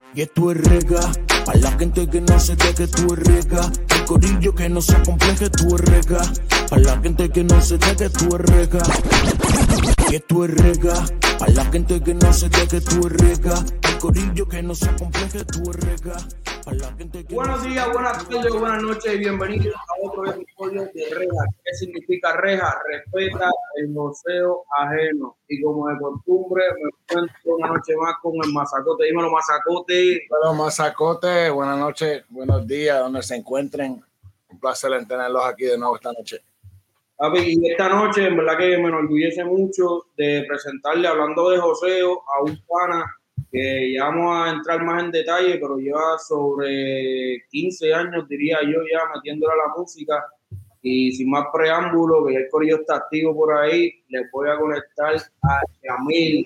Y esto es rega, para la gente que no se deje, tú es rega. El corillo que no se acompleje, tú es rega. Para la gente que no se deje, tú es rega. Y esto es rega, para la gente que no se deje, tú es rega. El corillo que no se acompleje, tú es rega. Buenos días, buenas tardes, buenas noches y bienvenidos a otro episodio de Reja. ¿Qué significa Reja? Respeta el museo ajeno. Y como de costumbre, me encuentro una noche más con el Mazacote. Dímelo, Mazacote. Hola, Mazacote. Buenas noches, buenos días, donde se encuentren. Un placer en tenerlos aquí de nuevo esta noche. Y esta noche, en verdad que me enorgullece mucho de presentarle, hablando de joseo, a un pana que ya vamos a entrar más en detalle, pero lleva sobre 15 años, diría yo, ya metiéndole a la música. Y sin más preámbulo, que el corillo está activo por ahí, les voy a conectar a Yamil.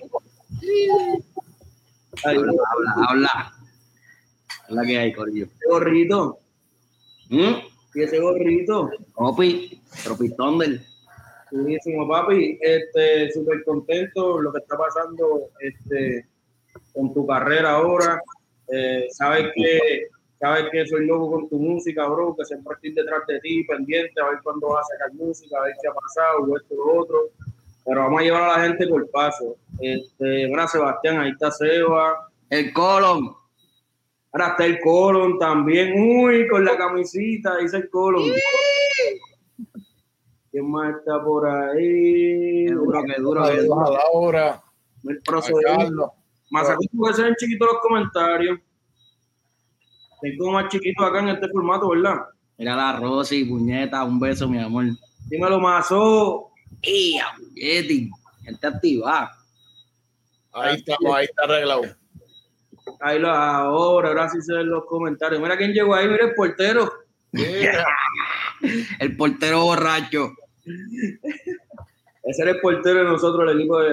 Habla. Es la que hay, corillo. ¿Ese gorrito? ¿Y ese gorrito? Opi, Tropitonder. Buenísimo, papi. Súper contento lo que está pasando con tu carrera ahora. Sabes que soy loco con tu música, bro, que siempre estoy detrás de ti, pendiente, a ver cuándo vas a sacar música, a ver qué ha pasado, o esto, lo otro. Pero vamos a llevar a la gente por paso. Mira, Sebastián, ahí está Seba. El Colon. Ahora está el Colon también. Uy, con la camisita, dice el Colon. ¿Quién más está por ahí? Qué duro. A la hora. El procedimiento. Más aquí puede ser en chiquito los comentarios. Tengo más chiquito acá en este formato, ¿verdad? Mira la Rosy, puñeta, un beso, mi amor. Dímelo, Mazo. ¡Ea, puñeti! Gente activa. Ahí está arreglado. Ahora sí se ven los comentarios. Mira quién llegó ahí, mira el portero. Yeah. El portero borracho. Ese era el portero de nosotros, el equipo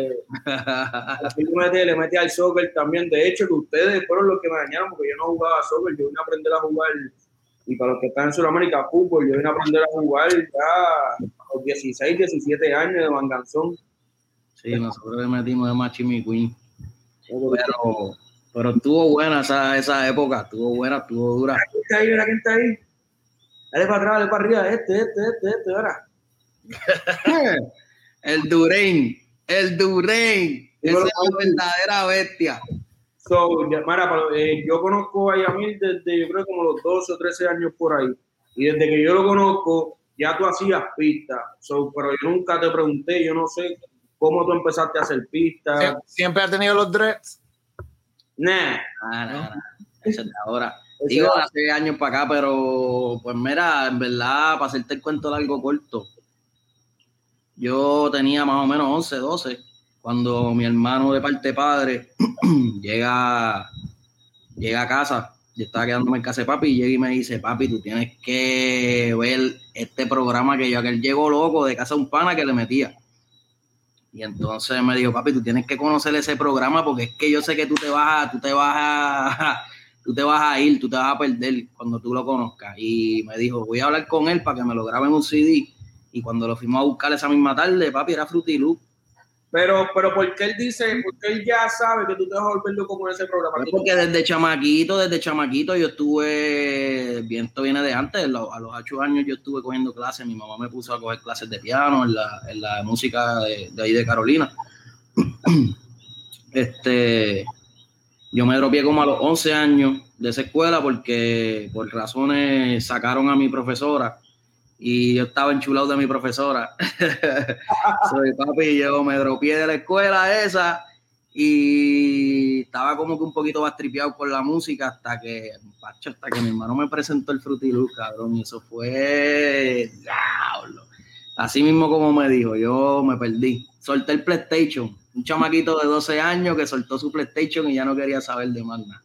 le mete al soccer también. De hecho, que ustedes fueron los que me dañaron porque yo no jugaba soccer. Yo vine a aprender a jugar, y para los que están en Sudamérica, fútbol, yo vine a aprender a jugar ya a los 16, 17 años de manganzón. Sí, nosotros le metimos de Machimi Queen. Pero estuvo buena esa época, estuvo dura. Mira quién está ahí. Dale para atrás, dale para arriba, ahora. El Durain. Esa es la verdadera bestia. Yo conozco a Yamil desde, yo creo, como los 12 o 13 años por ahí. Y desde que yo lo conozco, ya tú hacías pistas. Pero yo nunca te pregunté, yo no sé cómo tú empezaste a hacer pistas. ¿Siempre has tenido los dreads? Nah. Esa es la hora. Digo, hace años para acá, pero pues mira, en verdad, para hacerte el cuento largo corto, yo tenía más o menos 11, 12, cuando mi hermano de parte padre llega a casa. Yo estaba quedándome en casa de papi y llega y me dice: papi, tú tienes que ver este programa que aquel llegó loco de casa de un pana que le metía. Y entonces me dijo: papi, tú tienes que conocer ese programa porque es que yo sé que tú te vas a ir, tú te vas a perder cuando tú lo conozcas. Y me dijo: voy a hablar con él para que me lo graben un CD. Y cuando lo fuimos a buscar esa misma tarde, papi, era Fruity Loop. Pero porque él dice, porque él ya sabe que tú te vas a volver loco con ese programa. Pues porque desde chamaquito yo estuve, bien, esto viene de antes, a los 8 años yo estuve cogiendo clases. Mi mamá me puso a coger clases de piano en la música de ahí de Carolina. Yo me dropié como a los 11 años de esa escuela porque por razones sacaron a mi profesora y yo estaba enchulado de mi profesora. Soy papi, yo me dropié de la escuela esa y estaba como que un poquito bastripeado con la música hasta que mi hermano me presentó el Fruity Loop, cabrón, y eso fue diablo. Así mismo como me dijo, yo me perdí. Solté el PlayStation. Un chamaquito de 12 años que soltó su PlayStation y ya no quería saber de más nada.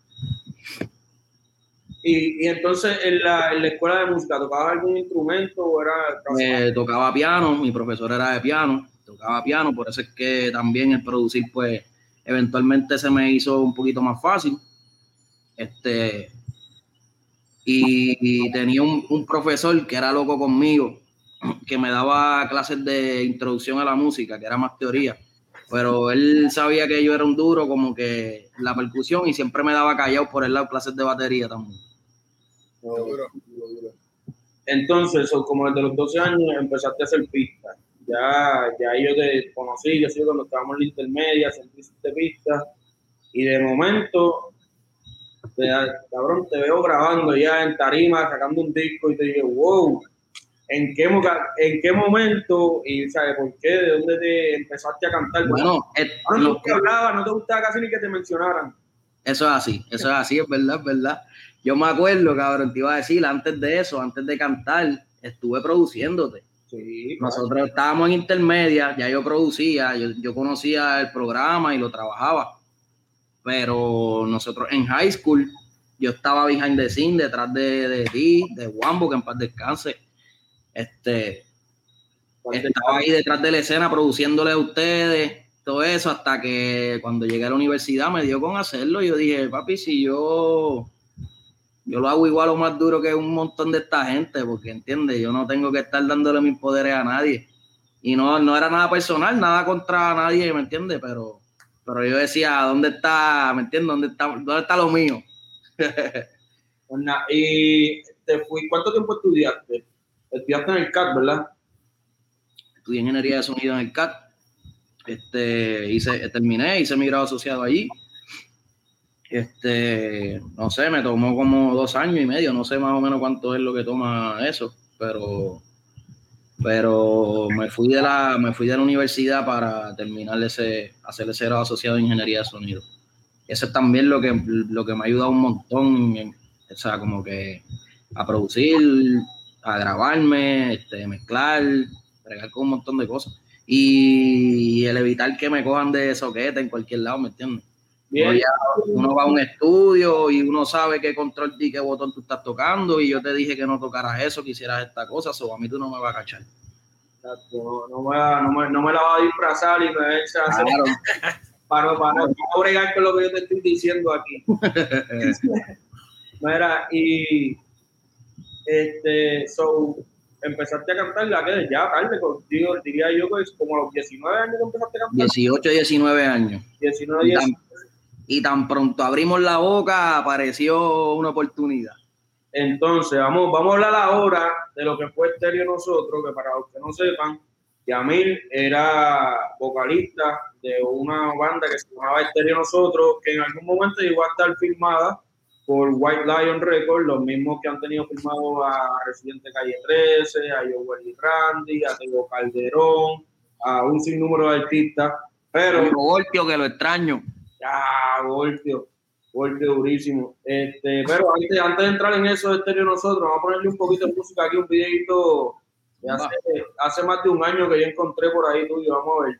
Y entonces en la escuela de música, ¿tocabas algún instrumento o era...? Tocaba piano, mi profesor era de piano, tocaba piano, por eso es que también el producir, pues, eventualmente se me hizo un poquito más fácil. Y tenía un profesor que era loco conmigo, que me daba clases de introducción a la música, que era más teoría. pero él sabía que yo era un duro como que la percusión y siempre me daba callado por el lado clases de batería también. Entonces, como desde los 12 años empezaste a hacer pistas. Ya yo te conocí, yo sé cuando estábamos en la intermedia, siempre hiciste pistas. Y de momento, cabrón, te veo grabando ya en tarima, sacando un disco y te dije, wow, ¿en qué momento? Y ¿sabes por qué? ¿De dónde te empezaste a cantar? Bueno, no te hablaba, no te gustaba casi ni que te mencionaran. Eso es así, es verdad. Yo me acuerdo, cabrón, te iba a decir, antes de eso, antes de cantar, estuve produciéndote. Sí, nosotros estábamos en intermedia, ya yo producía, yo conocía el programa y lo trabajaba, pero nosotros en high school, yo estaba behind the scene, detrás de ti, de Wambo, que en paz descanse, estaba ahí detrás de la escena produciéndole a ustedes, todo eso, hasta que cuando llegué a la universidad me dio con hacerlo, y yo dije, papi, si yo lo hago igual o más duro que un montón de esta gente, porque, ¿entiendes? Yo no tengo que estar dándole mis poderes a nadie. Y no era nada personal, nada contra nadie, ¿me entiendes? Pero yo decía, ¿dónde está, me entiendes? ¿Dónde está lo mío? Y ¿cuánto tiempo estudiaste? Estudiaste en el CAT, ¿verdad? Estudié ingeniería de sonido en el CAT. Terminé, hice mi grado asociado allí. No sé, me tomó como 2 años y medio, no sé más o menos cuánto es lo que toma eso, pero me fui de la universidad para terminar hacer ese grado asociado en ingeniería de sonido. Eso es también lo que me ha ayudado un montón, o sea, como que a producir, a grabarme, mezclar, bregar con un montón de cosas. Y el evitar que me cojan de soquete en cualquier lado, ¿me entiendes? Uno va a un estudio y uno sabe qué control y qué botón tú estás tocando, y yo te dije que no tocaras eso, que hicieras esta cosa, a mí tú no me vas a cachar. No me la vas a disfrazar y me vas a hacer para no bregar con lo que yo te estoy diciendo aquí. Mira, y empezaste a cantar ya tarde contigo, diría yo que es como a los 19 años que empezaste a cantar. 18, 19 años. 19 años. Y tan pronto abrimos la boca, apareció una oportunidad. Entonces, vamos a hablar ahora de lo que fue Estéreo Nosotros, que para los que no sepan, Yamil era vocalista de una banda que se llamaba Estéreo Nosotros, que en algún momento llegó a estar filmada por White Lion Records, los mismos que han tenido filmado a Residente Calle 13, a Joel y Randy, a Tego Calderón, a un sinnúmero de artistas, pero... Golpeo, que lo extraño. Golpeo durísimo. Pero antes de entrar en eso de Estéreo Nosotros, vamos a ponerle un poquito de música aquí, un videito de hace más de un año que yo encontré por ahí tuyo, vamos a ver.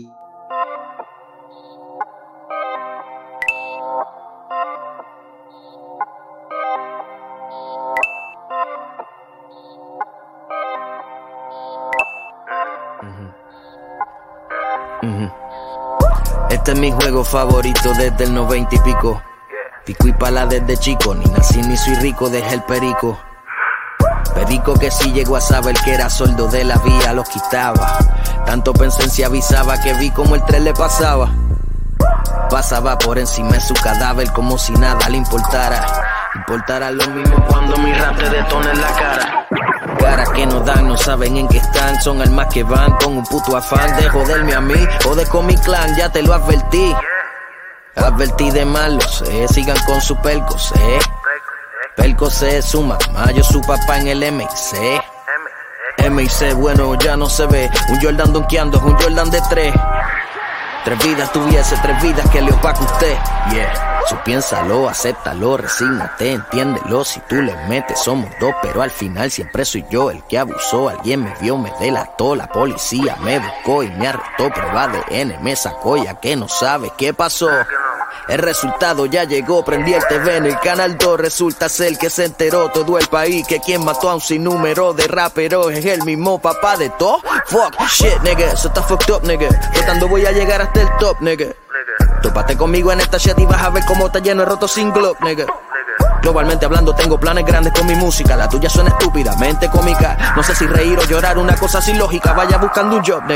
Este es mi juego favorito desde el 90 y pico. Pico y pala desde chico, ni nací ni soy rico, dejé el perico. Perico que si llegó a saber que era soldo de la vía, los quitaba. Tanto pensé en si avisaba que vi como el tren le pasaba. Pasaba por encima de su cadáver como si nada le importara. Importara lo mismo cuando mi rap te detona en la cara. Caras que no dan, no saben en qué están. Son almas que van con un puto afán de joderme a mí, joder con mi clan, ya te lo advertí. Advertí de mal, lo sé, sigan con su pelco, sé. Pelco sé, su mamá, yo su papá en el MIC. MIC, bueno, ya no se ve. Un Jordan donkeando, un Jordan de 3. 3 vidas tuviese, 3 vidas que le opaca usted. Yeah, so piénsalo, acéptalo, resígnate, entiéndelo. Si tú le metes, somos 2, pero al final siempre soy yo el que abusó. Alguien me vio, me delató, la policía me buscó y me arrestó. Prueba de ADN me sacó, ya que no sabe qué pasó. El resultado ya llegó, prendí el TV en el canal 2. Resulta ser que se enteró todo el país que quien mató a un sinnúmero de raperos es el mismo papá de todo. Fuck, shit, nigga, eso está fucked up, nigga. Tratando voy a llegar hasta el top, nigga. Tópate conmigo en esta shit y vas a ver cómo está lleno de roto sin glob, nigga. Globalmente hablando tengo planes grandes con mi música. La tuya suena estúpidamente cómica. No sé si reír o llorar, una cosa sin lógica. Vaya buscando un job, nigga.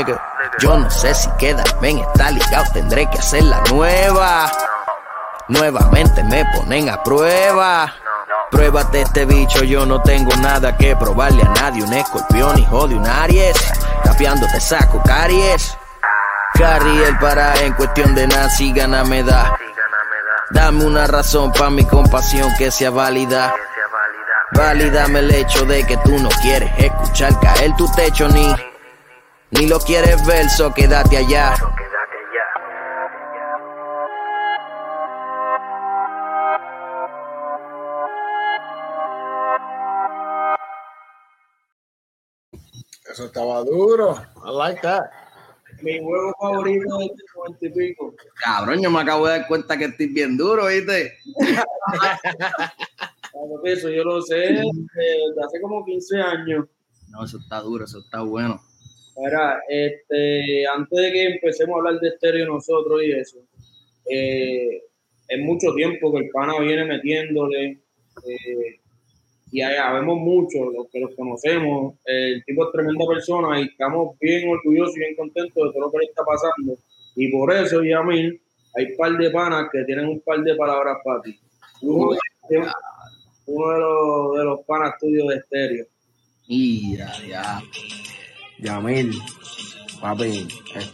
Yo no sé si quedarme en esta liga o tendré que hacer la nueva. Nuevamente me ponen a prueba. Pruébate este bicho, yo no tengo nada que probarle a nadie. Un escorpión, hijo de un Aries. Rapeando te saco caries. Carriel para en cuestión de nada, si gana me da. Dame una razón pa' mi compasión que sea válida. Válidame el hecho de que tú no quieres escuchar caer tu techo ni lo quieres ver, so quédate allá. Eso estaba duro. I like that. Mi juego favorito es el 90 y pico. Cabrón, yo me acabo de dar cuenta que estoy bien duro, ¿viste? Eso yo lo sé desde hace como 15 años. No, eso está duro, eso está bueno. Mira, antes de que empecemos a hablar de estéreo nosotros y eso, es mucho tiempo que el pana viene metiéndole y habemos muchos, los que los conocemos, el tipo es tremenda persona y estamos bien orgullosos y bien contentos de todo lo que le está pasando. Y por eso, Yamil, hay un par de panas que tienen un par de palabras para ti. Uno de los panas tuyos de estéreo. Y ya. Yamil, papi,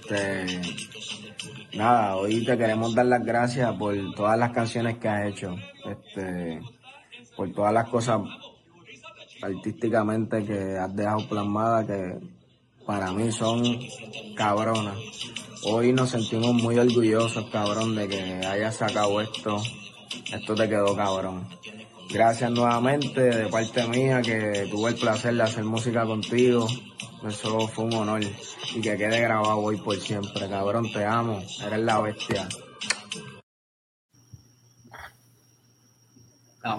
nada, hoy te queremos dar las gracias por todas las canciones que has hecho, por todas las cosas artísticamente que has dejado plasmadas que para mí son cabronas. Hoy nos sentimos muy orgullosos, cabrón, de que hayas sacado esto te quedó cabrón. Gracias nuevamente de parte mía, que tuve el placer de hacer música contigo. Eso fue un honor. Y que quede grabado hoy por siempre. Cabrón, te amo. Eres la bestia. La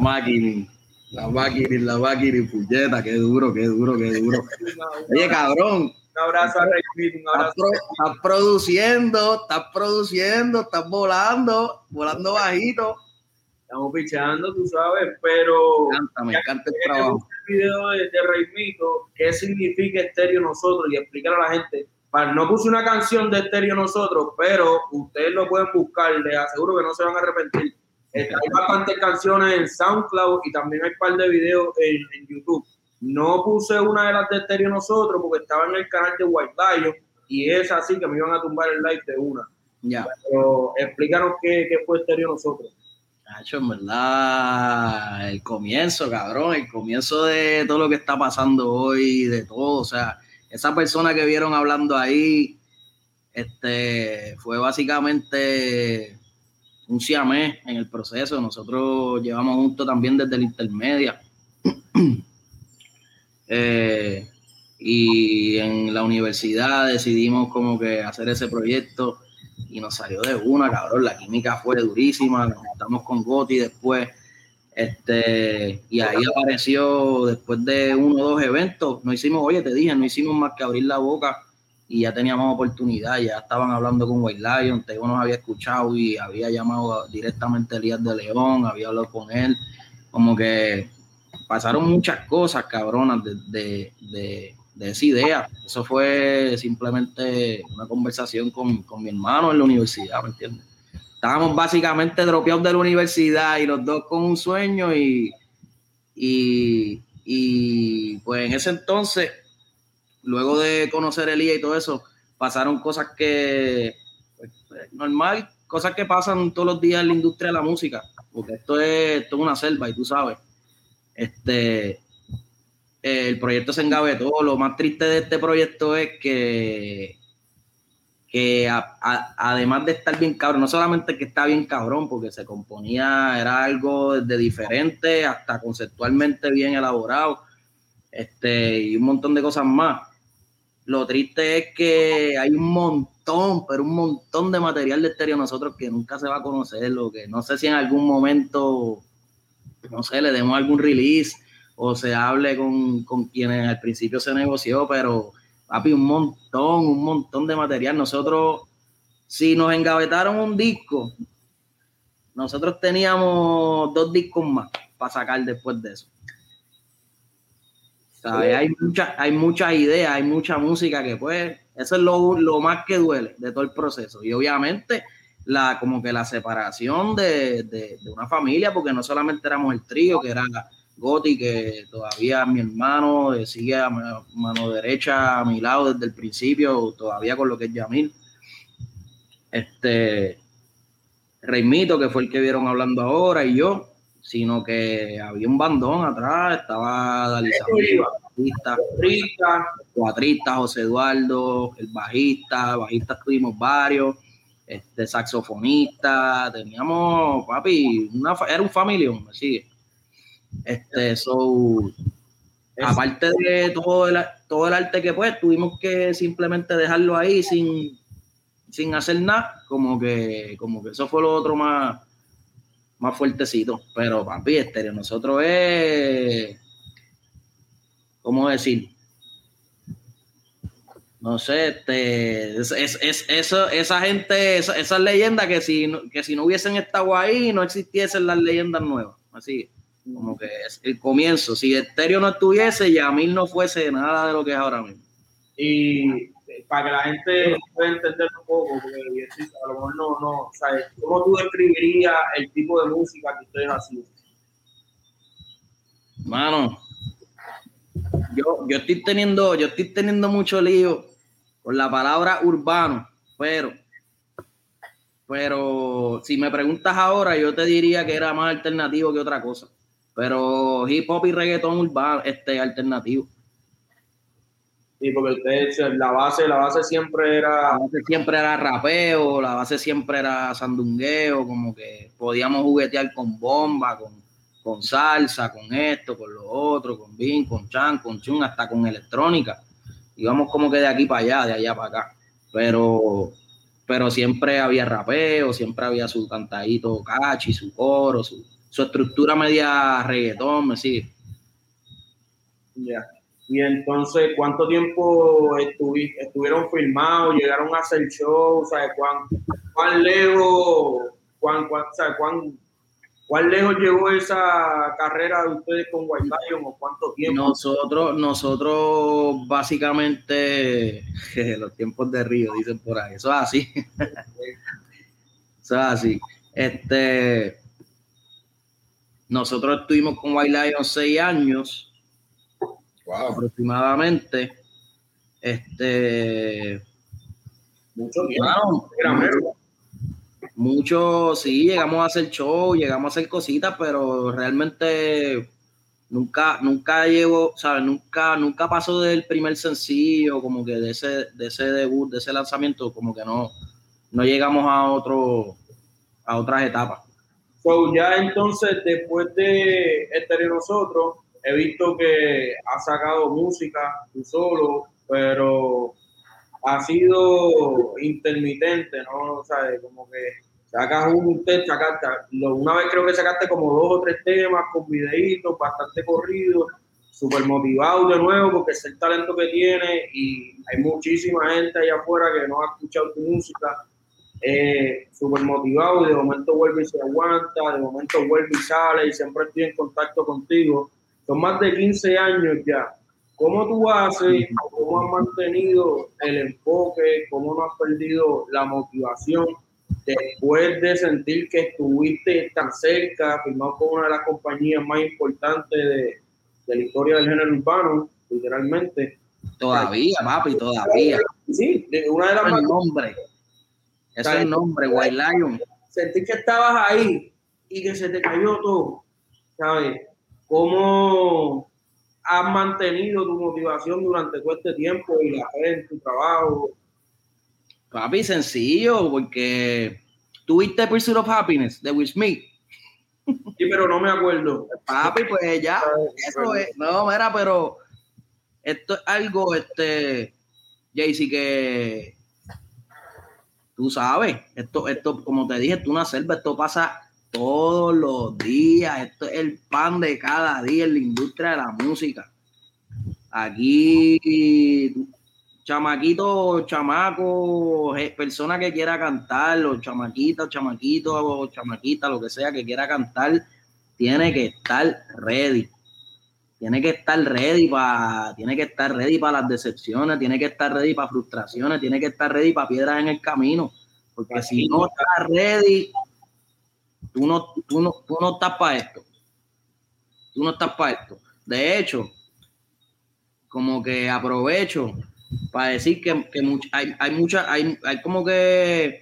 máquina, puñeta, qué duro. Oye, cabrón. Un abrazo a Raymito, un abrazo. Estás produciendo, estás volando bajito. Estamos pichando, tú sabes, pero Me encanta el trabajo. El video de Raymito, qué significa estéreo nosotros y explicar a la gente. No puse una canción de estéreo nosotros, pero ustedes lo pueden buscar, les aseguro que no se van a arrepentir. Hay bastantes canciones en SoundCloud y también hay un par de videos en YouTube. No puse una de las de estéreo nosotros porque estaba en el canal de White Lion y es así que me iban a tumbar el live de una. Ya. Pero explícanos qué fue estéreo nosotros. Nacho, en verdad, el comienzo, cabrón, el comienzo de todo lo que está pasando hoy, de todo, o sea, esa persona que vieron hablando ahí, fue básicamente un siamés en el proceso. Nosotros llevamos juntos también desde la intermedia. Y en la universidad decidimos como que hacer ese proyecto y nos salió de una, cabrón. La química fue durísima, nos juntamos con Gotti después, y ahí apareció, después de 1 o 2 eventos, no hicimos más que abrir la boca y ya teníamos oportunidad, ya estaban hablando con White Lion, Tego nos había escuchado y había llamado directamente a Elías de León, había hablado con él, como que pasaron muchas cosas, cabronas, de esa idea. Eso fue simplemente una conversación con mi hermano en la universidad, ¿me entiendes? Estábamos básicamente dropeados de la universidad y los dos con un sueño y pues en ese entonces, luego de conocer a Elías y todo eso, pasaron cosas que, pues, normal, cosas que pasan todos los días en la industria de la música, porque esto es una selva y tú sabes. El proyecto se engavetó. Lo más triste de este proyecto es que además de estar bien cabrón, no solamente que está bien cabrón, porque se componía, era algo de diferente, hasta conceptualmente bien elaborado, y un montón de cosas más. Lo triste es que hay un montón de material de estéreo nosotros que nunca se va a conocer, lo que no sé si en algún momento, no sé, le demos algún release o se hable con quienes al principio se negoció, pero papi, un montón de material. Nosotros, si nos engavetaron un disco, nosotros teníamos 2 discos más para sacar después de eso. ¿Sabes? Hay muchas ideas, hay mucha música que pues, eso es lo más que duele de todo el proceso. Y obviamente como que la separación de una familia, porque no solamente éramos el trío, que era Gotti, que todavía mi hermano sigue a mano derecha a mi lado desde el principio, todavía con lo que es Yamil. Reimito, que fue el que vieron hablando ahora, y yo, sino que había un bandón atrás, estaba Dalí Samir, cuatrista, José Eduardo, el bajista tuvimos varios, saxofonista, teníamos, papi, era un familión, me sigue. Aparte de todo el arte que pues, tuvimos que simplemente dejarlo ahí sin hacer nada, como que eso fue lo otro más fuertecito. Pero papi, nosotros es, ¿cómo decir? No sé, esa gente, esas leyendas que si no hubiesen estado ahí, no existiesen las leyendas nuevas. Así, como que es el comienzo. Si Estéreo no estuviese, Yamil no fuese nada de lo que es ahora mismo. Y para que la gente pueda entender un poco, porque a lo mejor no, ¿sabes? ¿Cómo tú describirías el tipo de música que ustedes hacían? Mano, yo estoy teniendo mucho lío con la palabra urbano, pero si me preguntas ahora, yo te diría que era más alternativo que otra cosa. Pero hip hop y reggaetón urbano, alternativo. Sí, porque ustedes, la base siempre era... La base siempre era rapeo, la base siempre era sandungueo, como que podíamos juguetear con bomba, con salsa, con esto, con lo otro, con beat, con chan, con chun, hasta con electrónica. Íbamos como que de aquí para allá, de allá para acá. Pero siempre había rapeo, siempre había su cantadito cachi, su coro, su estructura media reggaetón, me sigue. Ya. Y entonces, ¿cuánto tiempo estuvieron filmados? ¿Llegaron a hacer shows? ¿Sabes cuán lejos? ¿Cuán lejos llegó esa carrera de ustedes con White Lion o cuánto tiempo? Nosotros básicamente, los tiempos de Río, dicen por ahí, eso es así. Eso es así. Nosotros estuvimos con White Lion 6 años. Wow. Aproximadamente. Mucho tiempo. Mucho, sí, llegamos a hacer show, llegamos a hacer cositas, pero realmente nunca llegó, ¿sabes? Nunca pasó del primer sencillo, como que de ese debut, de ese lanzamiento, como que no llegamos a otras etapas. So, ya entonces, después de Estéreo Nosotros, he visto que has sacado música tú solo, pero ha sido intermitente, ¿no? O sea, como que sacas una vez creo que sacaste como 2 o 3 temas con videitos, bastante corridos, súper motivado de nuevo porque es el talento que tiene y hay muchísima gente allá afuera que no ha escuchado tu música. Súper motivado y de momento vuelve y se aguanta, de momento vuelve y sale y siempre estoy en contacto contigo. Son más de 15 años ya. ¿Cómo tú haces? ¿Cómo has mantenido el enfoque? ¿Cómo no has perdido la motivación después de sentir que estuviste tan cerca, firmado con una de las compañías más importantes de la historia del género urbano, literalmente? Todavía, papi, todavía. Sí, una de las más... Ese es el nombre, White Lion. Sentir que estabas ahí y que se te cayó todo, ¿sabes? ¿Cómo has mantenido tu motivación durante todo este tiempo y la fe en tu trabajo? Papi, sencillo, porque ¿tuviste Pursuit of Happiness de Will Smith? Sí, pero no me acuerdo. Papi, pues ya, eso es. No, mira, pero esto es algo, Jaycee, que tú sabes, esto, como te dije, esto es una selva, esto pasa todos los días, esto es el pan de cada día en la industria de la música. Aquí, chamaquito, chamaco, persona que quiera cantar, los chamaquitos, chamaquita, lo que sea que quiera cantar, tiene que estar ready. tiene que estar ready para las decepciones, tiene que estar ready para frustraciones, tiene que estar ready para piedras en el camino, porque si no estás ready, tú no estás para esto. Tú no estás para esto. De hecho, como que aprovecho para decir que hay como que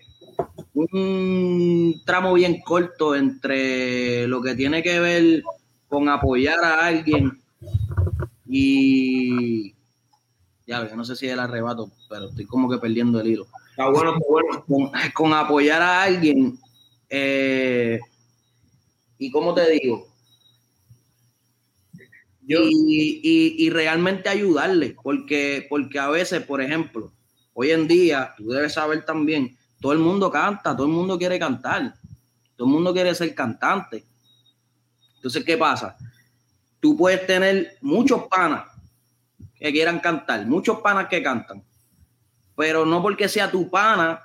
un tramo bien corto entre lo que tiene que ver con apoyar a alguien y ya, yo no sé si es el arrebato, pero estoy como que perdiendo el hilo. Está bueno. Con apoyar a alguien y ¿cómo te digo? Y realmente ayudarle, porque a veces, por ejemplo, hoy en día, tú debes saber también, todo el mundo canta, todo el mundo quiere cantar, todo el mundo quiere ser cantante. Entonces, ¿qué pasa? Tú puedes tener muchos panas que quieran cantar, muchos panas que cantan, pero no porque sea tu pana,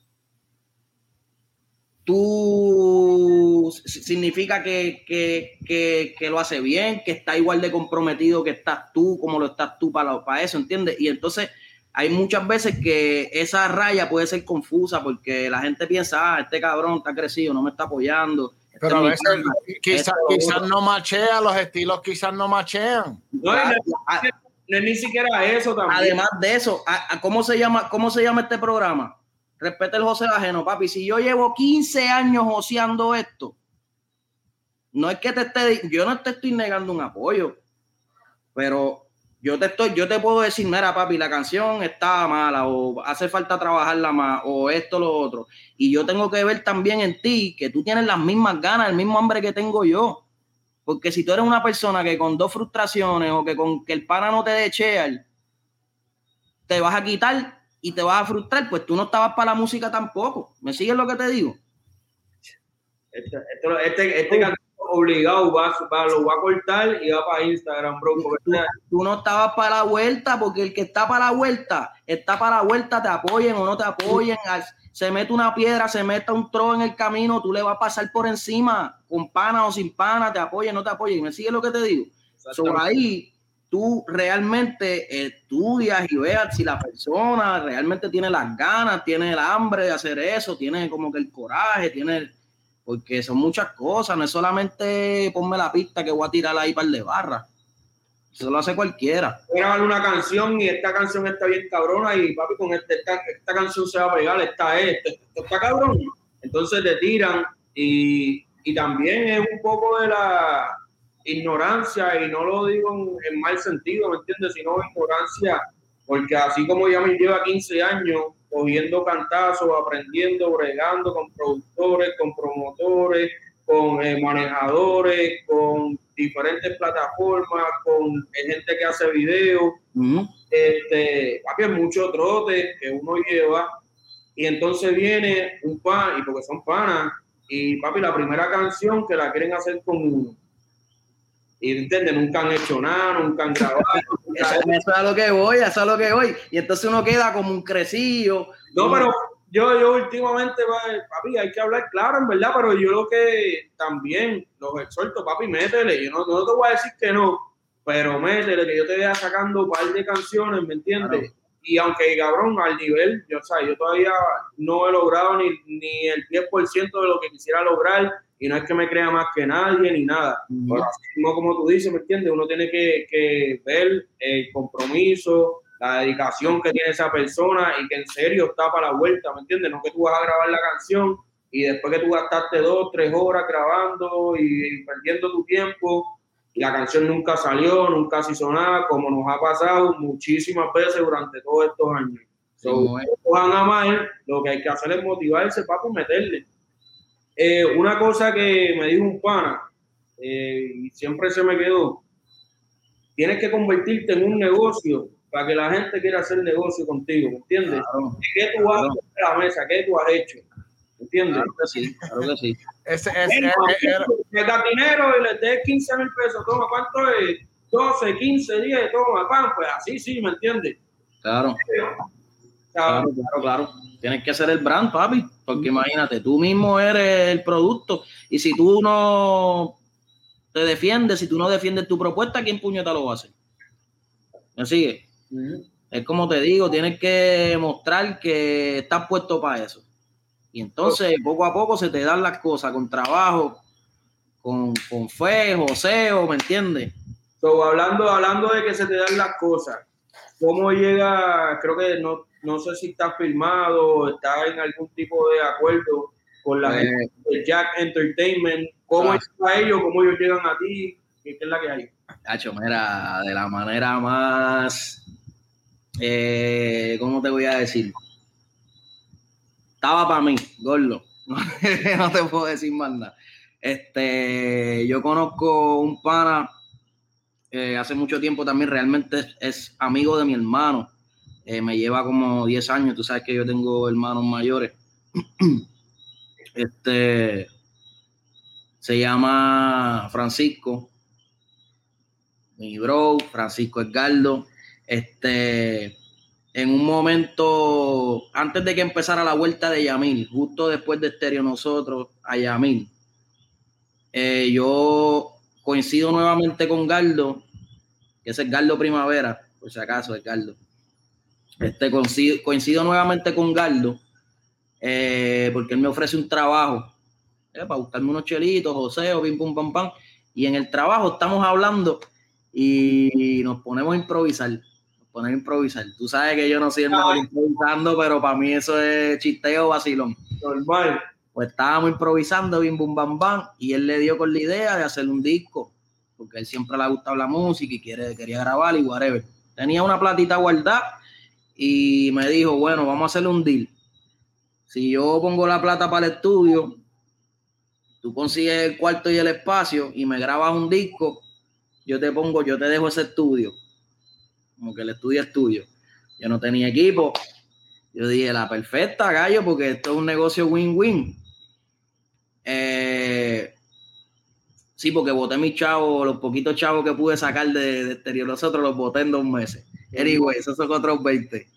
tú significa que lo hace bien, que está igual de comprometido que estás tú, como lo estás tú para eso, ¿entiendes? Y entonces hay muchas veces que esa raya puede ser confusa porque la gente piensa, este cabrón está crecido, no me está apoyando. Pero a veces quizás no machea, los estilos quizás no machean. No es ni siquiera eso también. Además de eso, ¿cómo se llama este programa? Respeta el José ajeno, papi. Si yo llevo 15 años joseando esto, no es que yo no te estoy negando un apoyo, pero yo te puedo decir, mira, papi, la canción está mala o hace falta trabajarla más o esto, lo otro. Y yo tengo que ver también en ti que tú tienes las mismas ganas, el mismo hambre que tengo yo. Porque si tú eres una persona que con 2 frustraciones o que el pana no te dé chear, te vas a quitar y te vas a frustrar, pues tú no estabas para la música tampoco. ¿Me sigues lo que te digo? Este obligado lo va a cortar y va para Instagram, bro. Tú no estabas para la vuelta, porque el que está para la vuelta, te apoyen o no te apoyen. Se mete una piedra, se mete un tro en el camino, tú le vas a pasar por encima, con pana o sin pana, te apoyen o no te apoyen. ¿Me sigues lo que te digo? Sobre ahí, tú realmente estudias y veas si la persona realmente tiene las ganas, tiene el hambre de hacer eso, tiene como que el coraje, porque son muchas cosas, no es solamente ponme la pista que voy a tirar ahí para el de barra. Eso lo hace cualquiera. Voy a grabar una canción y esta canción está bien cabrona y papi, con esta canción se va a pegar, está cabrón. Entonces te tiran y también es un poco de la ignorancia, y no lo digo en mal sentido, ¿me entiendes? Sino ignorancia, porque así como ya me lleva 15 años cogiendo cantazos, aprendiendo, bregando con productores, con promotores, con manejadores, con diferentes plataformas, con gente que hace videos, papi, hay mucho trote que uno lleva, y entonces viene un pan, y porque son panas, y papi, la primera canción que la quieren hacer con uno. Y entiendes, nunca han hecho nada, nunca han grabado. Eso es a lo que voy. Y entonces uno queda como un crecillo. No, pero yo últimamente, papi, hay que hablar claro, en verdad, pero yo lo que también los exhorto, papi, métele. Yo no te voy a decir que no, pero métele, que yo te vaya sacando un par de canciones, ¿me entiendes? Claro. Y aunque, cabrón, al nivel, yo todavía no he logrado ni el 10% de lo que quisiera lograr. Y no es que me crea más que nadie ni nada. Pero así mismo, como tú dices, ¿me entiendes? Uno tiene que ver el compromiso, la dedicación que tiene esa persona y que en serio está para la vuelta, ¿me entiendes? No que tú vas a grabar la canción y después que tú gastaste 2, 3 horas grabando y perdiendo tu tiempo y la canción nunca salió, nunca se hizo nada, como nos ha pasado muchísimas veces durante todos estos años. Van a amar, lo que hay que hacer es motivarse, papi, meterle. Una cosa que me dijo un pana y siempre se me quedó: tienes que convertirte en un negocio para que la gente quiera hacer negocio contigo, ¿me entiendes? Claro. ¿Qué tú has puesto en la mesa? ¿Qué tú has hecho? ¿Me entiendes? Claro que sí. Le das dinero y le des 15,000 pesos, toma, ¿cuánto es? 12, 15, 10, toma, pan, pues así sí, ¿me entiendes? Claro. Tienes que ser el brand, papi, porque imagínate, tú mismo eres el producto y si tú no te defiendes, si tú no defiendes tu propuesta, ¿quién puñeta lo va a hacer? ¿Me sigue? Es como te digo, tienes que mostrar que estás puesto para eso. Y entonces, poco a poco se te dan las cosas, con trabajo, con fe, joseo, ¿me entiendes? So, hablando de que se te dan las cosas, ¿cómo llega? Creo que no sé si está firmado, está en algún tipo de acuerdo con la gente de Jack Entertainment. ¿Cómo llega a ellos? ¿Cómo ellos llegan a ti? ¿Qué es la que hay? Cacho, mira, de la manera más, ¿cómo te voy a decir? Estaba para mí, gordo. No te puedo decir más nada. Yo conozco un pana hace mucho tiempo también, realmente es amigo de mi hermano. Me lleva como 10 años, tú sabes que yo tengo hermanos mayores. Se llama Francisco, mi bro, Francisco Edgardo. En un momento, antes de que empezara la vuelta de Yamil, justo después de Estéreo Nosotros a Yamil, yo coincido nuevamente con Gardo, que es el Gardo Primavera, por si acaso, el Gardo. Coincido nuevamente con Gardo, porque él me ofrece un trabajo para buscarme unos chelitos, joseo, pim, pum, pam, pam. Y en el trabajo estamos hablando y nos ponemos a improvisar. Tú sabes que yo no soy el mejor improvisando, pero para mí eso es chisteo, vacilón. Normal. Pues estábamos improvisando, bim, bum, bam, bam, y él le dio con la idea de hacer un disco, porque a él siempre le ha gustado la música y quería grabar y whatever. Tenía una platita guardada y me dijo, bueno, vamos a hacerle un deal. Si yo pongo la plata para el estudio, tú consigues el cuarto y el espacio y me grabas un disco, yo te dejo ese estudio. Como que el estudio es tuyo. Yo no tenía equipo. Yo dije, la perfecta, gallo, porque esto es un negocio win-win. Sí, porque boté mis chavos, los poquitos chavos que pude sacar de exterior, los otros los boté en 2 meses. Anyway, esos son otros 20.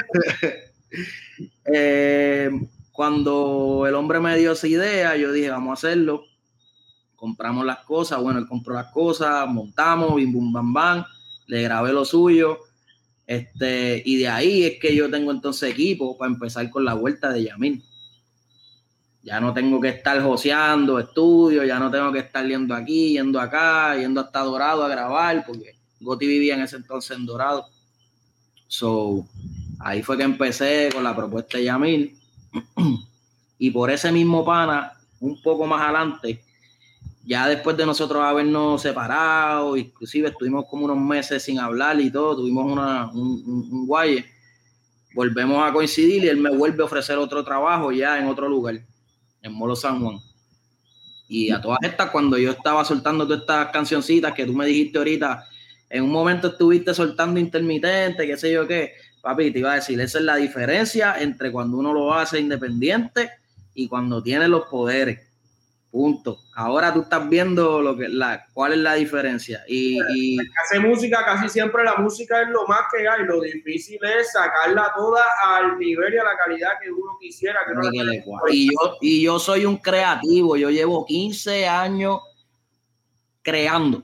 Cuando el hombre me dio esa idea, yo dije, vamos a hacerlo. Compramos las cosas, bueno, él compró las cosas, montamos, bim, bum, bam, bam. Le grabé lo suyo, y de ahí es que yo tengo entonces equipo para empezar con la vuelta de Yamil. Ya no tengo que estar joseando estudios, ya no tengo que estar yendo aquí, yendo acá, yendo hasta Dorado a grabar, porque Gotti vivía en ese entonces en Dorado. So, ahí fue que empecé con la propuesta de Yamil. Y por ese mismo pana, un poco más adelante, ya después de nosotros habernos separado, inclusive estuvimos como unos meses sin hablar y todo, tuvimos un guaye, volvemos a coincidir y él me vuelve a ofrecer otro trabajo ya en otro lugar, en Molo San Juan. Y a todas estas, cuando yo estaba soltando todas estas cancioncitas que tú me dijiste ahorita, en un momento estuviste soltando intermitente, qué sé yo qué, papi, te iba a decir, esa es la diferencia entre cuando uno lo hace independiente y cuando tiene los poderes. Punto. Ahora tú estás viendo cuál es la diferencia. Y hace música, casi siempre la música es lo más que hay. Lo difícil es sacarla toda al nivel y a la calidad que uno quisiera. Y yo soy un creativo. Yo llevo 15 años creando.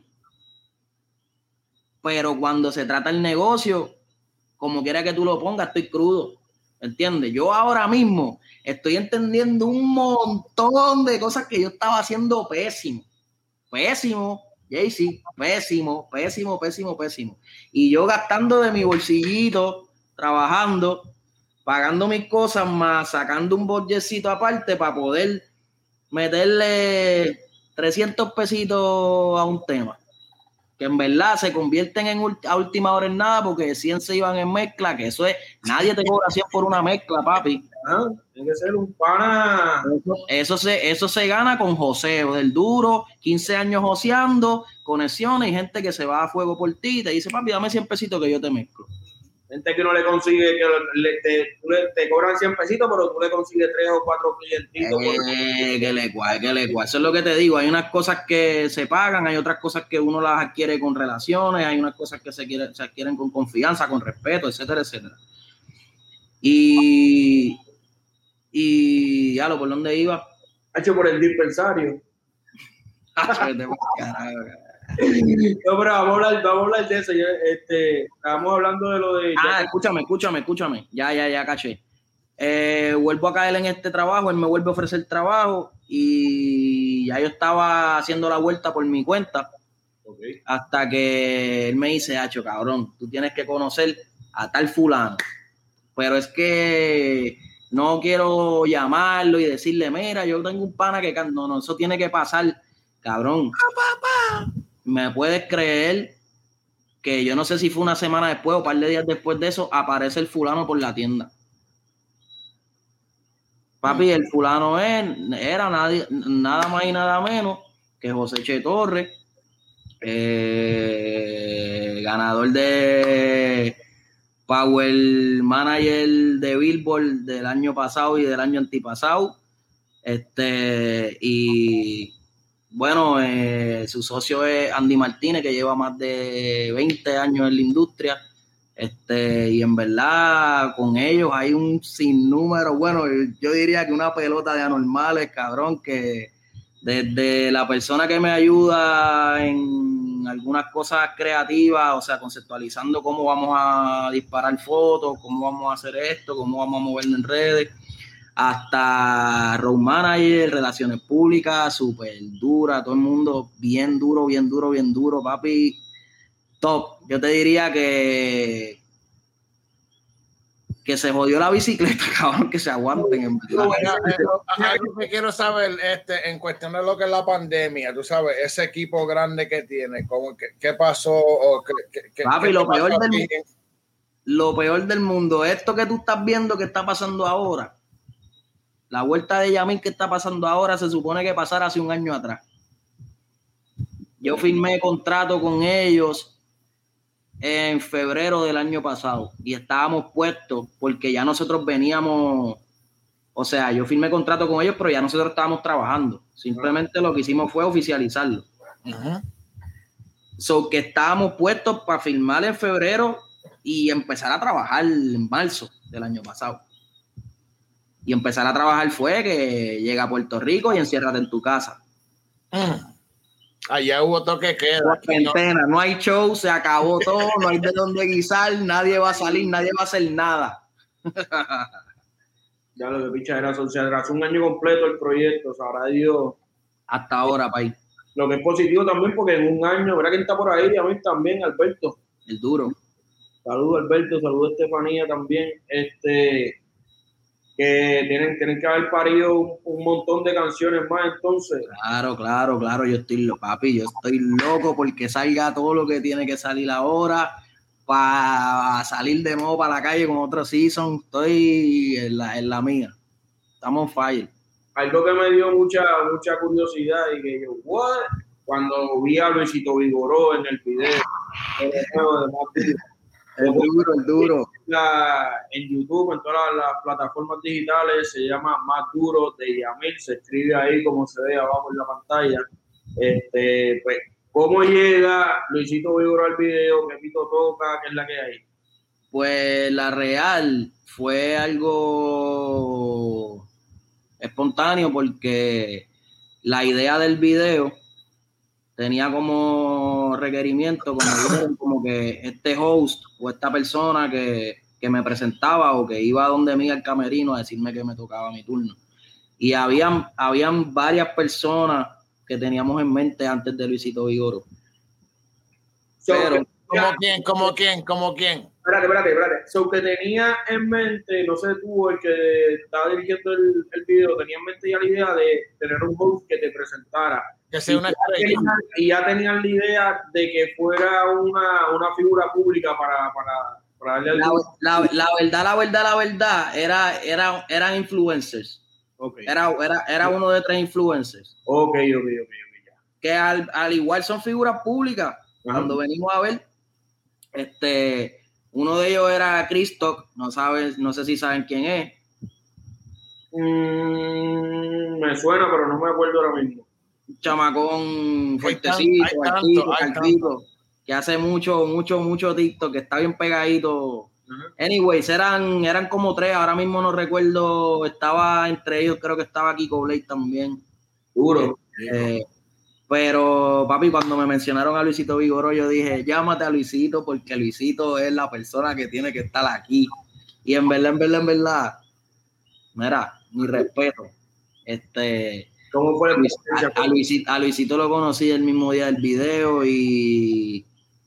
Pero cuando se trata el negocio, como quiera que tú lo pongas, estoy crudo. ¿Entiendes? Yo ahora mismo estoy entendiendo un montón de cosas que yo estaba haciendo pésimo, Jay-Z, pésimo. Y yo gastando de mi bolsillito, trabajando, pagando mis cosas, más sacando un bolsecito aparte para poder meterle 300 pesitos a un tema. Que en verdad se convierten a última hora en nada porque 100 se iban en mezcla, que eso es, nadie te cobra 100 por una mezcla, papi. Tiene que ser un pana. Eso se gana con joseo, del duro, 15 años joseando, conexiones y gente que se va a fuego por ti y te dice, papi, dame 100 pesitos que yo te mezclo. Gente que no le consigue, que te cobran 100 pesitos, pero tú le consigues 3 o 4 clientitos. Que le cual. Eso es lo que te digo. Hay unas cosas que se pagan, hay otras cosas que uno las adquiere con relaciones, hay unas cosas que se adquieren con confianza, con respeto, etcétera, etcétera. Y ya, ¿por dónde iba? Hecho por el dispensario. No, pero vamos a hablar de eso. Estábamos hablando de lo de... Escúchame. Ya, caché. Vuelvo a caer en este trabajo, él me vuelve a ofrecer trabajo y ya yo estaba haciendo la vuelta por mi cuenta. Okay. Hasta que él me dice, Hacho, cabrón, tú tienes que conocer a tal fulano. Pero es que no quiero llamarlo y decirle, mira, yo tengo un pana que canta. No, eso tiene que pasar, cabrón. ¿Me puedes creer que yo no sé si fue una semana después o un par de días después de eso, aparece el fulano por la tienda? Papi, el fulano era nada más y nada menos que José Che Torres, ganador de Power Manager de Billboard del año pasado y del año antipasado. Y bueno, su socio es Andy Martínez, que lleva más de 20 años en la industria. Y en verdad, con ellos hay un sinnúmero, bueno, yo diría que una pelota de anormales, cabrón, que desde la persona que me ayuda en algunas cosas creativas, o sea, conceptualizando cómo vamos a disparar fotos, cómo vamos a hacer esto, cómo vamos a movernos en redes, hasta road manager, relaciones públicas, súper dura, todo el mundo bien duro, papi, top. Yo te diría que se jodió la bicicleta, cabrón, que se aguanten. En algo que quiero saber, en cuestión de lo que es la pandemia, tú sabes, ese equipo grande que tiene, ¿qué pasó? O papi, lo peor del mundo, esto que tú estás viendo que está pasando ahora, la vuelta de Yamil que está pasando ahora, se supone que pasara hace un año atrás. Yo firmé contrato con ellos en febrero del año pasado y estábamos puestos porque ya nosotros veníamos, o sea, yo firmé contrato con ellos, pero ya nosotros estábamos trabajando. Simplemente lo que hicimos fue oficializarlo. So que estábamos puestos para firmar en febrero y empezar a trabajar en marzo del año pasado. Y empezar a trabajar fue que llega a Puerto Rico y enciérrate en tu casa. Allá hubo toque queda. Cuarentena, no hay show, se acabó todo, no hay de dónde guisar, nadie va a salir, nadie va a hacer nada. Ya lo de picha se atrasó un año completo el proyecto, sabrá Dios. Hasta ahora, país. Lo que es positivo también, porque en un año, ¿verdad quién está por ahí? A mí también, Alberto. El duro. Saludos, Alberto, saludos, Estefanía también. Que tienen que haber parido un montón de canciones más, entonces. Claro, yo estoy loco porque salga todo lo que tiene que salir ahora para salir de nuevo para la calle con otro season. Estoy en la mía. Estamos on fire. Algo que me dio mucha curiosidad y que yo, ¿what? Cuando vi a Luisito Vigoró en el video, el duro. En YouTube, en todas las plataformas digitales, se llama Más Duro de Yamil, se escribe ahí como se ve abajo en la pantalla. Pues, ¿cómo llega Luisito Vigoró al video? ¿Qué pito toca? ¿Qué es la que hay? Pues la real fue algo espontáneo porque la idea del video tenía como requerimiento, como que este host o esta persona que me presentaba o que iba donde mí al camerino a decirme que me tocaba mi turno. Y habían varias personas que teníamos en mente antes de Luisito Vigoró. Pero, ¿Cómo quién? Espérate. So, que tenía en mente, no sé tú, el que estaba dirigiendo el video, tenía en mente ya la idea de tener un host que te presentara. Que sea una estrella. Y ya tenían la idea de que fuera una figura pública para darle la verdad, eran influencers. Okay. Era uno de 3 influencers. Ok, ya. Que al igual son figuras públicas. Ajá. Cuando venimos a ver, uno de ellos era Christoph, no sé si saben quién es. Me suena, pero no me acuerdo ahora mismo. Un chamacón fuertecito, altito, que hace mucho TikTok, que está bien pegadito. Anyways, eran como 3, ahora mismo no recuerdo, estaba entre ellos, creo que estaba Kiko Blade también. Duro. Pero, papi, cuando me mencionaron a Luisito Vigoró, yo dije, llámate a Luisito porque Luisito es la persona que tiene que estar aquí. Y en verdad, mira, mi respeto. ¿Cómo fue a Luisito lo conocí el mismo día del video y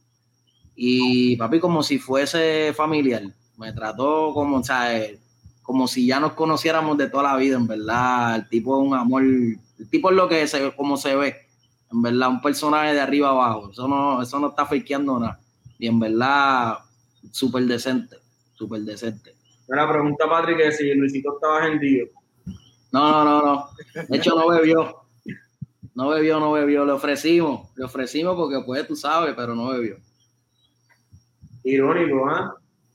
papi, como si fuese familiar. Me trató como, o sea, como si ya nos conociéramos de toda la vida, en verdad. El tipo es un amor, el tipo es lo que se ve, como se ve. En verdad, un personaje de arriba abajo. Eso no está fakeando nada. Y en verdad, súper decente. Una pregunta, Patrick, que si Luisito estaba hendido. No. De hecho, no bebió. Le ofrecimos porque pues tú sabes, pero no bebió. Irónico, ¿ah?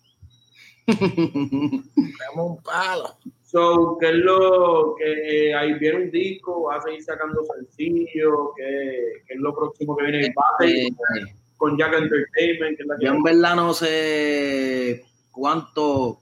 Tenemos un palo. So, ¿qué es lo que ahí viene un disco? ¿Va a seguir sacando sencillos? ¿Qué es lo próximo que viene? Con Jack Entertainment. Yo en verdad no sé cuánto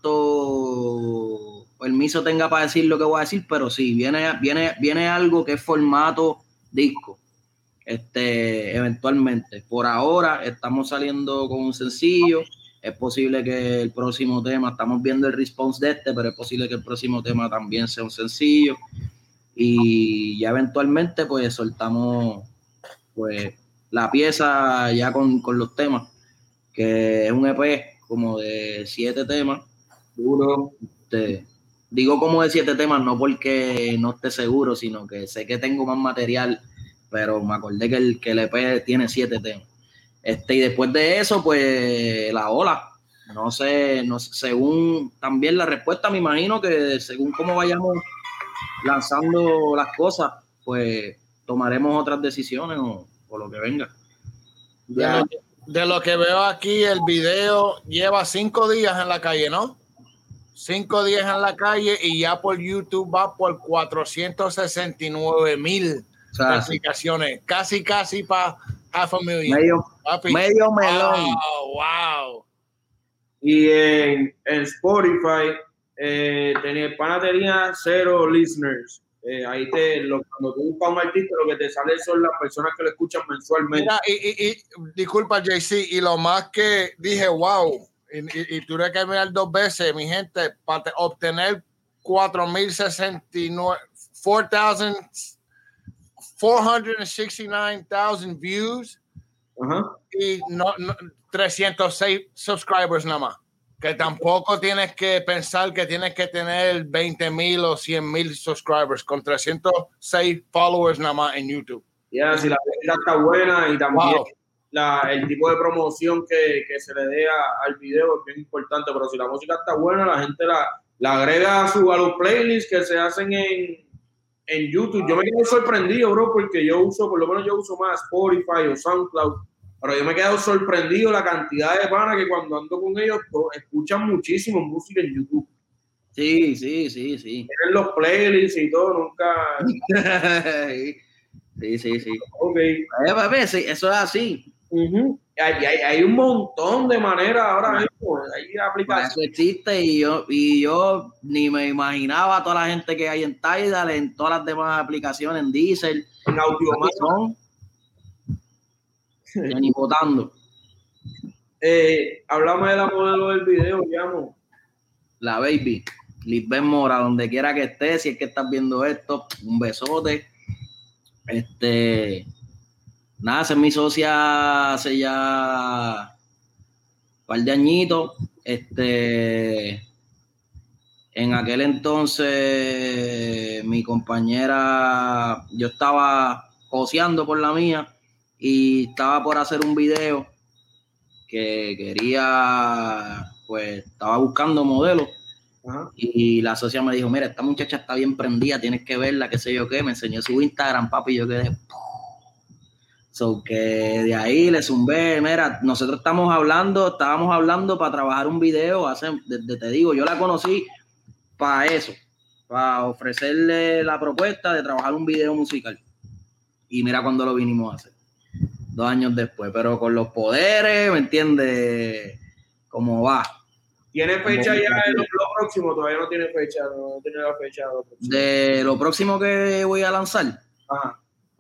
permiso tenga para decir lo que voy a decir, pero sí, viene algo que es formato disco. Eventualmente. Por ahora estamos saliendo con un sencillo. Es posible que el próximo tema, estamos viendo el response de pero es posible que el próximo tema también sea un sencillo. Y ya eventualmente pues soltamos pues la pieza ya con los temas, que es un EP como de 7 temas. Duro. Digo como de 7 temas, no porque no esté seguro, sino que sé que tengo más material, pero me acordé que el EP tiene 7 temas. Y después de eso, pues la ola. No sé, según también la respuesta, me imagino que según cómo vayamos lanzando las pues tomaremos otras decisiones o lo que venga. Ya. De lo que veo aquí, el video lleva 5 días en la calle, ¿no? 5 días en la calle y ya por YouTube va por 469,000 aplicaciones. Casi para 500,000. Medio melón. Wow. Y en Spotify, el pana tenía 0 listeners. Ahí cuando tú buscas a un artista, lo que te sale son las personas que lo escuchan mensualmente. Mira, y disculpa, JC, y lo más que dije, wow, y tuve que mirar 2 veces, mi gente, para obtener 469,000 views. Uh-huh. Y no 306 subscribers nada más. Que tampoco tienes que pensar que tienes que tener 20,000 o 100,000 subscribers, con 306 followers nada más en YouTube. Ya, si la música está buena y también el tipo de promoción que se le dé al video es bien importante, pero si la música está buena, la gente la agrega a los playlists que se hacen en YouTube. Yo me quedo sorprendido, bro, porque por lo menos yo uso más Spotify o SoundCloud, pero yo me he quedado sorprendido la cantidad de panas que cuando ando con ellos escuchan muchísimo música en YouTube. Sí. Tienen los playlists y todo, nunca... Sí. Ok. Sí, eso es así. Uh-huh. Hay un montón de maneras ahora mismo. Hay aplicaciones. Eso existe y yo ni me imaginaba toda la gente que hay en Tidal, en todas las demás aplicaciones, en Deezer, en Audiomack. Ni votando. Hablamos de la modelo del video, llamo. La baby, Lisbeth Mora, donde quiera que esté, si es que estás viendo esto, un besote. Nada, esa es mi socia hace ya un par de añitos. En aquel entonces, mi compañera, yo estaba joseando por la mía y estaba por hacer un video que quería, pues, estaba buscando modelos. Ajá. Y la socia me dijo, mira, esta muchacha está bien prendida, tienes que verla, qué sé yo qué. Me enseñó su Instagram, papi, y yo quedé... So que de ahí le zumbé, mira, nosotros estábamos hablando para trabajar un video, te digo, yo la conocí para eso, para ofrecerle la propuesta de trabajar un video musical. Y mira cuando lo vinimos a hacer, 2 años después, pero con los poderes, ¿me entiendes? ¿Cómo va? ¿Tiene fecha ya en lo próximo? Todavía no tiene fecha, no tiene la fecha. De lo próximo que voy a lanzar. Ajá.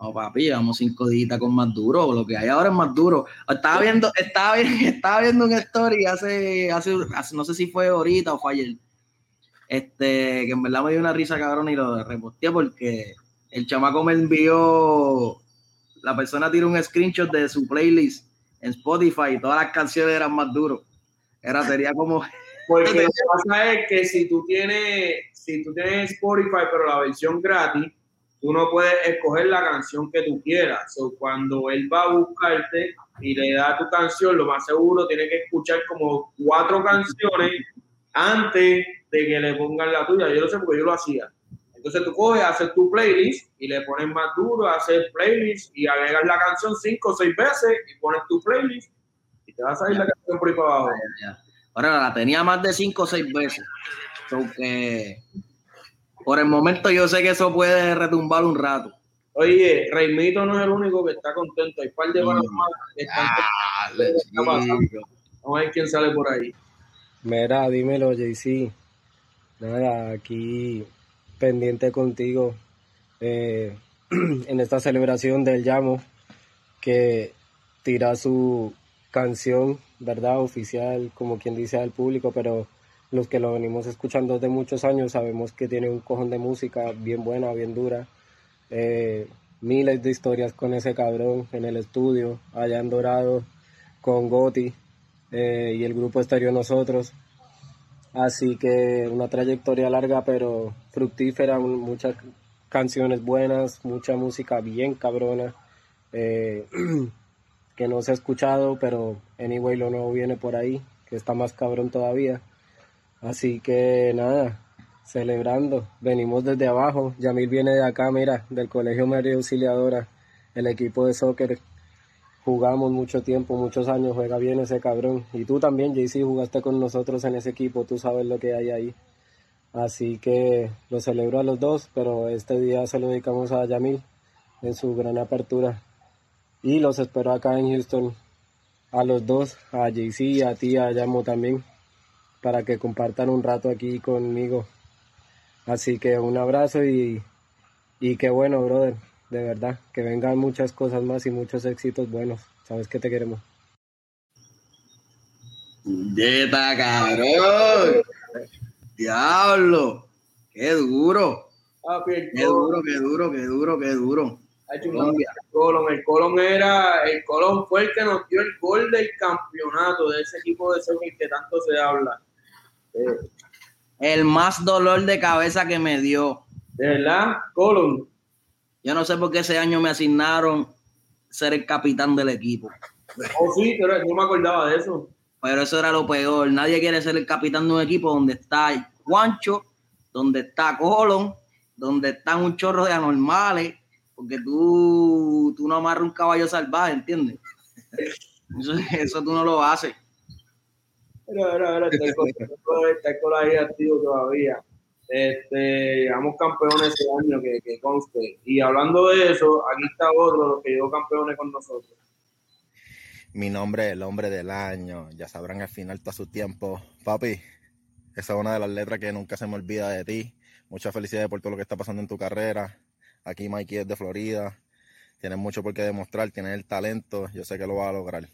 No, papi, llevamos 5 días con más duro. Lo que hay ahora es más duro. Estaba viendo una story hace, no sé si fue ahorita o fue ayer. Que en verdad me dio una risa cabrón y lo reposteé porque el chamaco me envió, la persona tiró un screenshot de su playlist en Spotify y todas las canciones eran más duros. Sería como... Porque lo que pasa es que si tú tienes Spotify, pero la versión gratis, tú no puedes escoger la canción que tú quieras. So, cuando él va a buscarte y le da tu canción, lo más seguro tiene que escuchar como 4 canciones antes de que le pongan la tuya. Yo lo sé porque yo lo hacía. Entonces tú coges, haces tu playlist y le pones más duro, haces playlist y agregas la canción 5 o 6 veces y pones tu playlist y te va a salir la canción por ahí para abajo. Ahora la tenía más de 5 o 6 veces. Porque por el momento yo sé que eso puede retumbar un rato. Oye, Reymito no es el único que está contento. Hay un par de más que están contentos. Vamos a ver quién sale por ahí. Mira, dímelo, JC. Nada, aquí pendiente contigo en esta celebración del Llamo, que tira su canción, ¿verdad? Oficial, como quien dice al público, pero los que lo venimos escuchando desde muchos años sabemos que tiene un cojón de música bien buena, bien dura. Miles de historias con ese cabrón en el estudio, allá en Dorado, con Gotti y el grupo Estéreo Nosotros. Así que una trayectoria larga pero fructífera, muchas canciones buenas, mucha música bien cabrona que no se ha escuchado, pero anyway lo nuevo viene por ahí, que está más cabrón todavía. Así que nada, celebrando, venimos desde abajo. Yamil viene de acá, mira, del Colegio María Auxiliadora, el equipo de soccer. Jugamos mucho tiempo, muchos años, juega bien ese cabrón. Y tú también, JC, jugaste con nosotros en ese equipo, tú sabes lo que hay ahí. Así que lo celebro a los dos, pero este día se lo dedicamos a Yamil en su gran apertura. Y los espero acá en Houston, a los dos, a JC, a ti, a Yamo también, para que compartan un rato aquí conmigo. Así que un abrazo y qué bueno, brother. De verdad, que vengan muchas cosas más y muchos éxitos buenos. Sabes que te queremos. ¡Yeta, cabrón! ¡Diablo! ¡Qué duro! ¡Qué duro, qué duro, qué duro, qué duro! El Colón fue el que nos dio el gol del campeonato de ese equipo de soccer que tanto se habla. El más dolor de cabeza que me dio. ¿De verdad? Colón. Yo no sé por qué ese año me asignaron ser el capitán del equipo. Oh, sí, pero no me acordaba de eso. Pero eso era lo peor. Nadie quiere ser el capitán de un equipo donde está Juancho, donde está Colón, donde están un chorro de anormales, porque tú no amarras un caballo salvaje, ¿entiendes? Eso tú no lo haces. Era, está el Colón ahí activo todavía. Llegamos campeones ese año que conste. Y hablando de eso, aquí está otro de los que llegó campeones con nosotros. Mi nombre es el hombre del año. Ya sabrán al final todo su tiempo. Papi, esa es una de las letras que nunca se me olvida de ti. Muchas felicidades por todo lo que está pasando en tu carrera. Aquí Mikey es de Florida. Tienes mucho por qué demostrar, tienes el talento. Yo sé que lo vas a lograr.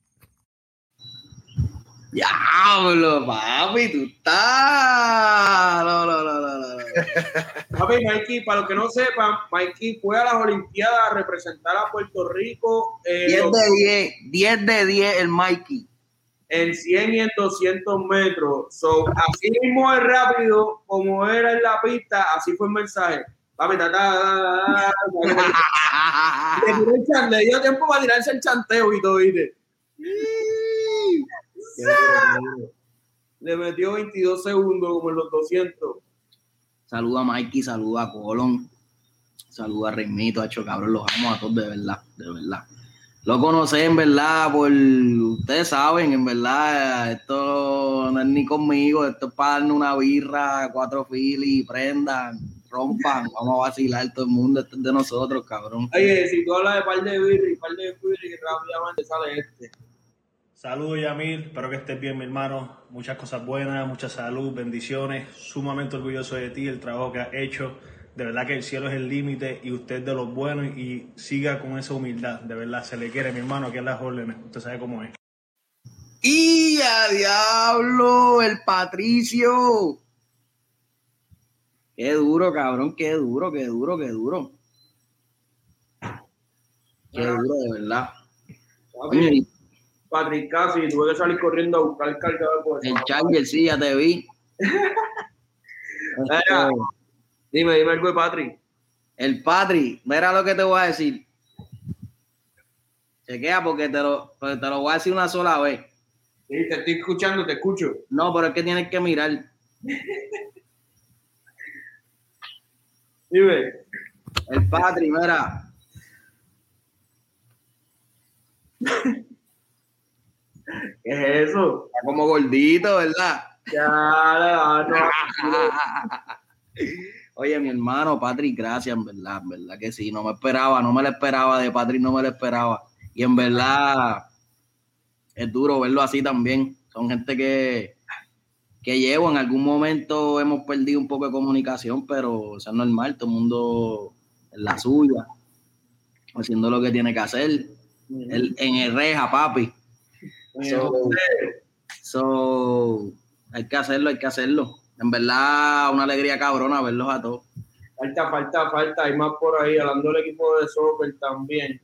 ¡Diablo, papi! ¡Tú estás! No. Papi, Mikey, para los que no sepan, Mikey fue a las Olimpiadas a representar a Puerto Rico. 10 de 10 el Mikey. En 100 y en 200 metros. So, así mismo es rápido como era en la pista, así fue el mensaje. Papi, le dio tiempo para tirarse el chanteo y todo, ¿viste? Le metió 22 segundos como en los 200. Saluda a Mikey, saluda a Colón, saluda a Reymito, hecho cabrón, los amo a todos de verdad. Lo conocí en verdad ustedes saben, en verdad, esto no es ni conmigo, esto es para darle una birra, 4 filis, prendan, rompan, vamos a vacilar todo el mundo, esto es de nosotros, cabrón. Oye, si tú hablas de par de birra y rápidamente sale este. Saludos, Yamil, espero que estés bien, mi hermano. Muchas cosas buenas, mucha salud, bendiciones. Sumamente orgulloso de ti, el trabajo que has hecho De verdad que el cielo es el límite y usted es de los buenos y siga con esa humildad. De verdad, se le quiere, mi hermano, aquí en las órdenes. Usted sabe cómo es. ¡Y a diablo! ¡El Patricio! ¡Qué duro, cabrón! ¡Qué duro, qué duro, qué duro! ¡Qué duro, de verdad! Patrick, casi tuve que salir corriendo a buscar el cargador. El Charger, sí, ya te vi. Mira, dime algo de Patrick. El Patri, mira lo que te voy a decir. Chequea porque te lo voy a decir una sola vez. Sí, te estoy escuchando, te escucho. No, pero es que tienes que mirar. Dime. El Patri, mira. ¿Qué es eso? Está como gordito, ¿verdad? Ya, no. Oye, mi hermano, Patrick, gracias, en verdad que sí. No me la esperaba de Patrick, no me la esperaba. Y en verdad es duro verlo así también. Son gente que llevo, en algún momento hemos perdido un poco de comunicación, pero eso es normal, todo el mundo en la suya, haciendo lo que tiene que hacer. En el reja, papi. So, hay que hacerlo. En verdad, una alegría cabrona verlos a todos. Falta. Hay más por ahí, hablando del equipo de soccer también.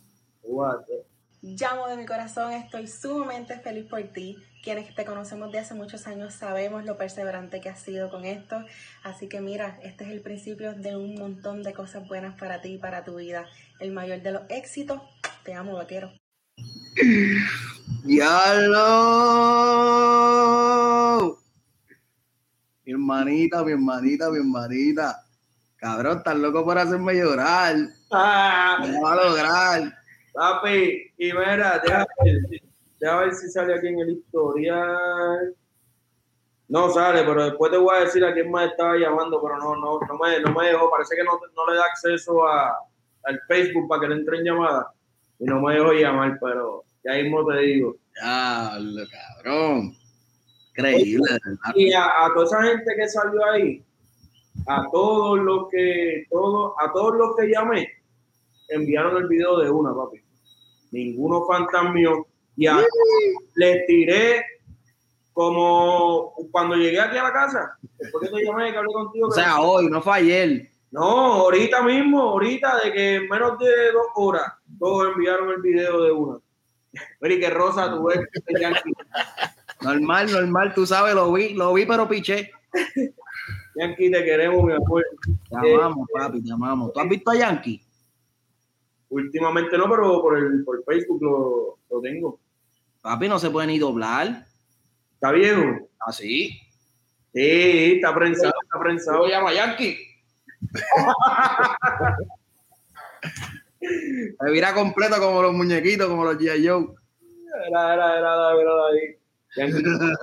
Llamo de mi corazón, estoy sumamente feliz por ti. Quienes te conocemos de hace muchos años sabemos lo perseverante que has sido con esto. Así que mira, este es el principio de un montón de cosas buenas para ti y para tu vida. El mayor de los éxitos. Te amo, vaquero. ¡Diablo! Mi hermanita. Cabrón, estás loco por hacerme llorar. Me va a lograr. Papi, y mira, déjame ver si sale aquí en el historial. No sale, pero después te voy a decir a quién más estaba llamando, pero no me dejó. Parece que no le da acceso al Facebook para que le entren llamadas. Y no me dejó llamar, pero ya mismo te digo. Diablo, cabrón. Increíble, ¿verdad? Y a toda esa gente que salió ahí, a todos los que llamé, enviaron el video de una, papi. Ninguno fantasmió. Y les tiré como cuando llegué aquí a la casa. Después que te llamé, que hablé contigo. O sea, hoy, no fue ayer. No, ahorita mismo, de que en menos de 2 horas, todos enviaron el video de una. Pero y que Rosa, tú ves el Yankee. Normal, tú sabes, lo vi, pero piché. Yankee, te queremos, mi amor. Te amamos, papi, te amamos. ¿Tú has visto a Yankee? Últimamente no, pero por Facebook lo tengo. Papi, no se puede ni doblar. ¿Está viejo? ¿Ah, sí? Sí, está prensado. Lo llama Yankee. Se vira completo como los muñequitos, como los G.I. Joe. Era ahí. Yankee.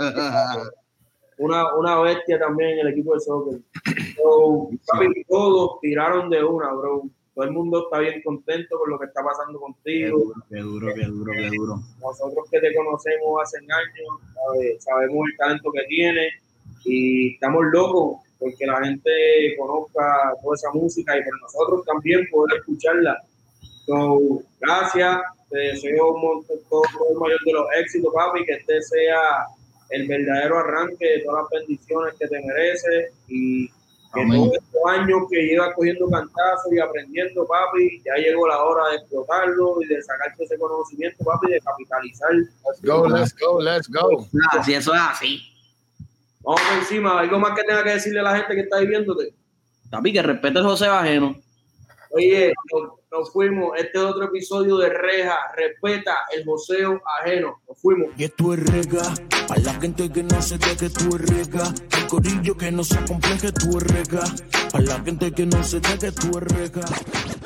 Una bestia también en el equipo de soccer. So, papi, todos tiraron de una, bro. Todo el mundo está bien contento con lo que está pasando contigo. Qué duro. Nosotros que te conocemos hace años, sabemos el talento que tienes y estamos locos porque la gente conozca toda esa música y por nosotros también poder escucharla. So, gracias, te deseo todo el mayor de los éxitos, papi, que este sea el verdadero arranque de todas las bendiciones que te mereces y que todos estos años que llevas cogiendo cantazos y aprendiendo, papi, ya llegó la hora de explotarlo y de sacarte ese conocimiento, papi, de capitalizar. Let's go. Si eso es así. Vamos por encima. ¿Algo más que tenga que decirle a la gente que está ahí viéndote? Papi, que respete el joseo ajeno. Oye, nos fuimos. Este es otro episodio de Reja. Respeta el joseo ajeno. Nos fuimos. Y esto es Rega. Para la gente que no se deje, tú es Rega. El corillo que no se acompleje, tú es Rega. Para la gente que no se deje, tú es Rega.